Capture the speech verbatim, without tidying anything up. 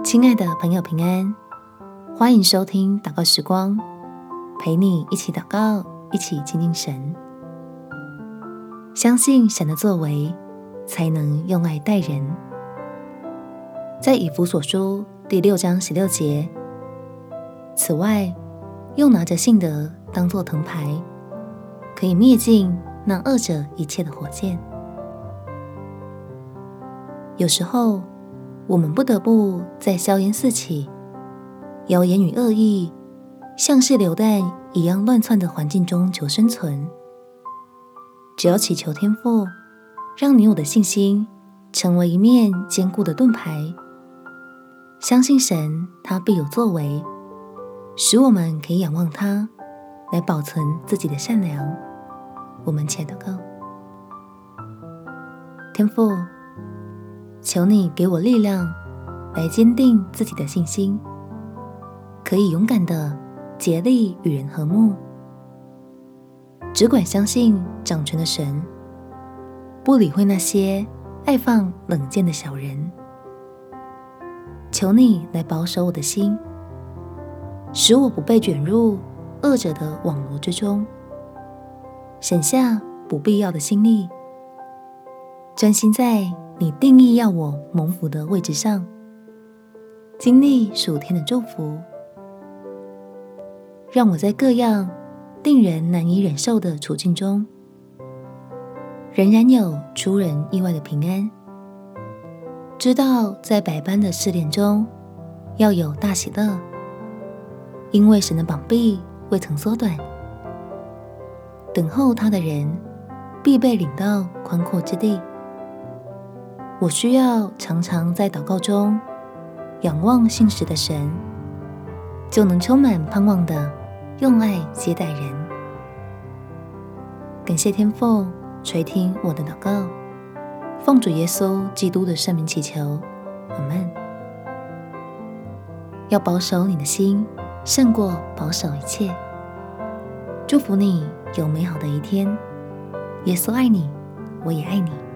亲爱的朋友平安，欢迎收听祷告时光，陪你一起祷告，一起亲近神。相信神的作为，才能用爱待人。在以弗所书第六章十六节，此外，又拿着信德当作藤牌，可以灭尽那恶者一切的火箭。有时候我们不得不在硝烟四起、谣言与恶意像是流弹一样乱窜的环境中求生存。只要祈求天父，让你我的信心成为一面坚固的盾牌，相信神他必有作为，使我们可以仰望他，来保存自己的善良。我们且祷告。天父，求你给我力量，来坚定自己的信心，可以勇敢地竭力与人和睦，只管相信掌权的神，不理会那些爱放冷箭的小人。求你来保守我的心，使我不被卷入恶者的网罗之中，省下不必要的心力，专心在你定义要我蒙福的位置上，经历属天的祝福，让我在各样令人难以忍受的处境中，仍然有出人意外的平安。知道在百般的试炼中要有大喜乐，因为神的膀臂未曾缩短，等候他的人必被领到宽阔之地。我需要常常在祷告中仰望信实的神，就能充满盼望地用爱接待人。感谢天父垂听我的祷告，奉主耶稣基督的圣名祈求，阿们。要保守你的心，胜过保守一切。祝福你有美好的一天。耶稣爱你，我也爱你。